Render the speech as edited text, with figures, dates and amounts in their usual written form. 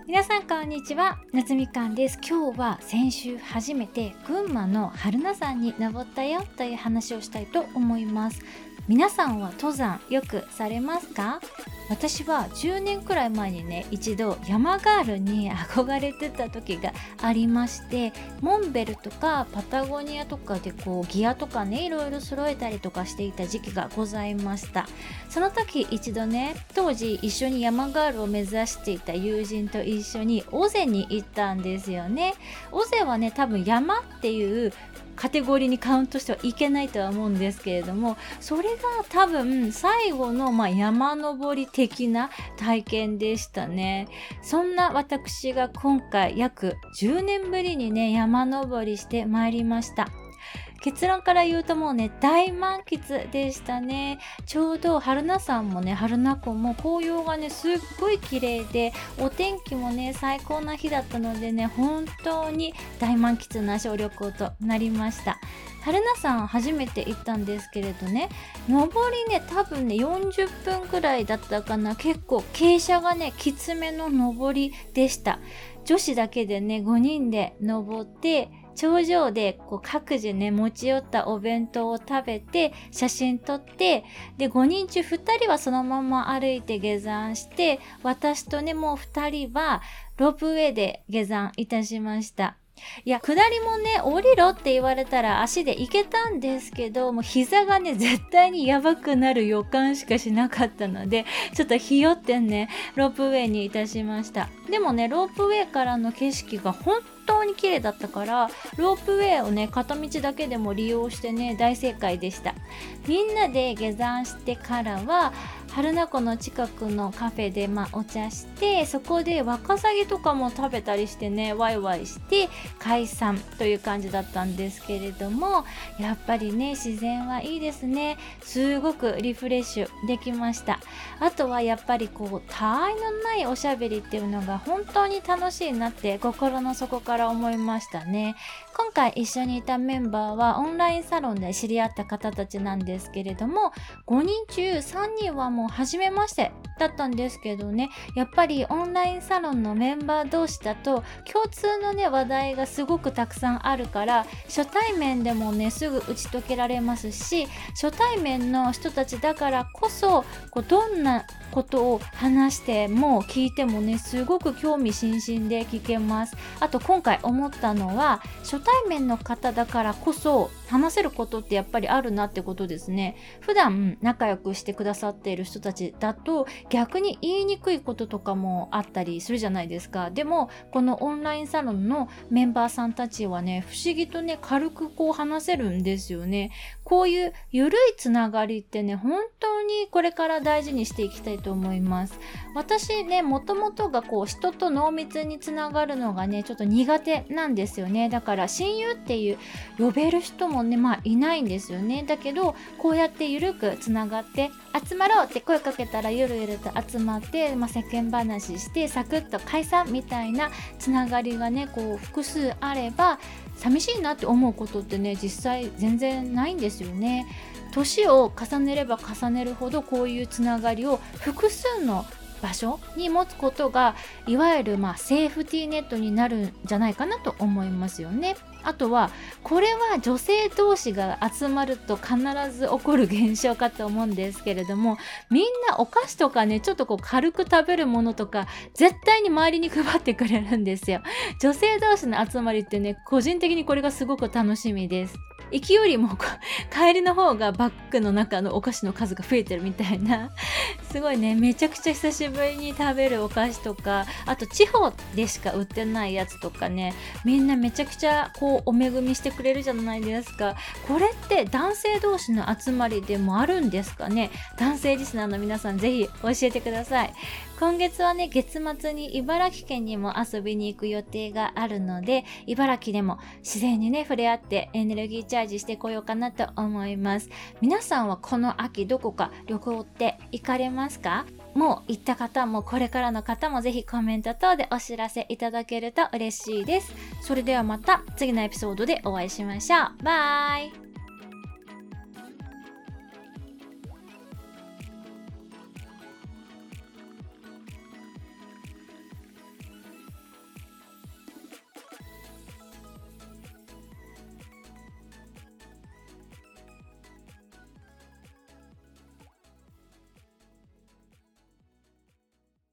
皆さんこんにちは、夏みかんです。今日は先週初めて群馬の榛名山に登ったよという話をしたいと思います。皆さんは登山よくされますか？私は10年くらい前にね、一度山ガールに憧れてた時がありまして、モンベルとかパタゴニアとかでギアとかね、いろいろ揃えたりとかしていた時期がございました。その時一度ね、当時一緒に山ガールを目指していた友人と一緒に尾瀬に行ったんですよね。尾瀬はね、多分山っていうカテゴリーにカウントしてはいけないとは思うんですけれども、それが多分最後の山登り的な体験でしたね。そんな私が今回約10年ぶりにね、山登りしてまいりました。結論から言うともうね、大満喫でしたね。ちょうど榛名山もね、榛名湖も紅葉がね、すっごい綺麗で、お天気もね、最高な日だったのでね、本当に大満喫な小旅行となりました。榛名山初めて行ったんですけれどね、登りね、多分ね、40分くらいだったかな。結構傾斜がね、きつめの登りでした。女子だけでね、5人で登って、頂上で各自ね、持ち寄ったお弁当を食べて写真撮って、で5人中2人はそのまま歩いて下山して、私とね、もう2人はロープウェイで下山いたしました。いや、下りもね、降りろって言われたら足で行けたんですけど、もう膝がね、絶対にやばくなる予感しかしなかったので、ちょっとひよってね、ロープウェイにいたしました。でもね、ロープウェイからの景色が本当に綺麗だったから、ロープウェイをね、片道だけでも利用してね、大正解でした。みんなで下山してからは、榛名湖の近くのカフェでお茶して、そこでワカサギとかも食べたりしてね、ワイワイして解散という感じだったんですけれども、やっぱりね、自然はいいですね。すごくリフレッシュできました。あとはやっぱり他愛のないおしゃべりっていうのが本当に楽しいなって心の底から思いましたね。今回一緒にいたメンバーはオンラインサロンで知り合った方たちなんですけれども、5人中3人はもう初めましてだったんですけどね、やっぱりオンラインサロンのメンバー同士だと共通のね、話題がすごくたくさんあるから、初対面でもね、すぐ打ち解けられますし、初対面の人たちだからこそどんなことを話しても聞いてもね、すごく興味津々で聞けます。あと今回思ったのは、初対面の方だからこそ話せることってやっぱりあるなってことですね。普段仲良くしてくださっている人たちだと逆に言いにくいこととかもあったりするじゃないですか。でもこのオンラインサロンのメンバーさんたちはね、不思議とね、軽く話せるんですよね。こういうゆるいつながりってね、本当にこれから大事にしていきたいと思います。私ね、もともとが人と濃密につながるのがね、ちょっと苦手なんですよね。だから親友っていう呼べる人もね、いないんですよね。だけどこうやってゆるくつながって集まろうって声かけたらゆるゆると集まって、世間話してサクッと解散みたいなつながりがね、複数あれば寂しいなって思うことってね、実際全然ないんですよね。年を重ねれば重ねるほどこういうつながりを複数の場所に持つことが、いわゆるセーフティーネットになるんじゃないかなと思いますよね。あとはこれは女性同士が集まると必ず起こる現象かと思うんですけれども、みんなお菓子とかね、ちょっと軽く食べるものとか絶対に周りに配ってくれるんですよ。女性同士の集まりってね、個人的にこれがすごく楽しみです。行きよりも帰りの方がバッグの中のお菓子の数が増えてるみたいな、すごいね、めちゃくちゃ久しぶりに食べるお菓子とか、あと地方でしか売ってないやつとかね、みんなめちゃくちゃお恵みしてくれるじゃないですか。これって男性同士の集まりでもあるんですかね。男性リスナーの皆さん、ぜひ教えてください。今月はね、月末に茨城県にも遊びに行く予定があるので、茨城でも自然にね、触れ合ってエネルギーチャージしてこようかなと思います。皆さんはこの秋どこか旅行って行かれますか？もう行った方もこれからの方もぜひコメント等でお知らせいただけると嬉しいです。それではまた次のエピソードでお会いしましょう。バイ。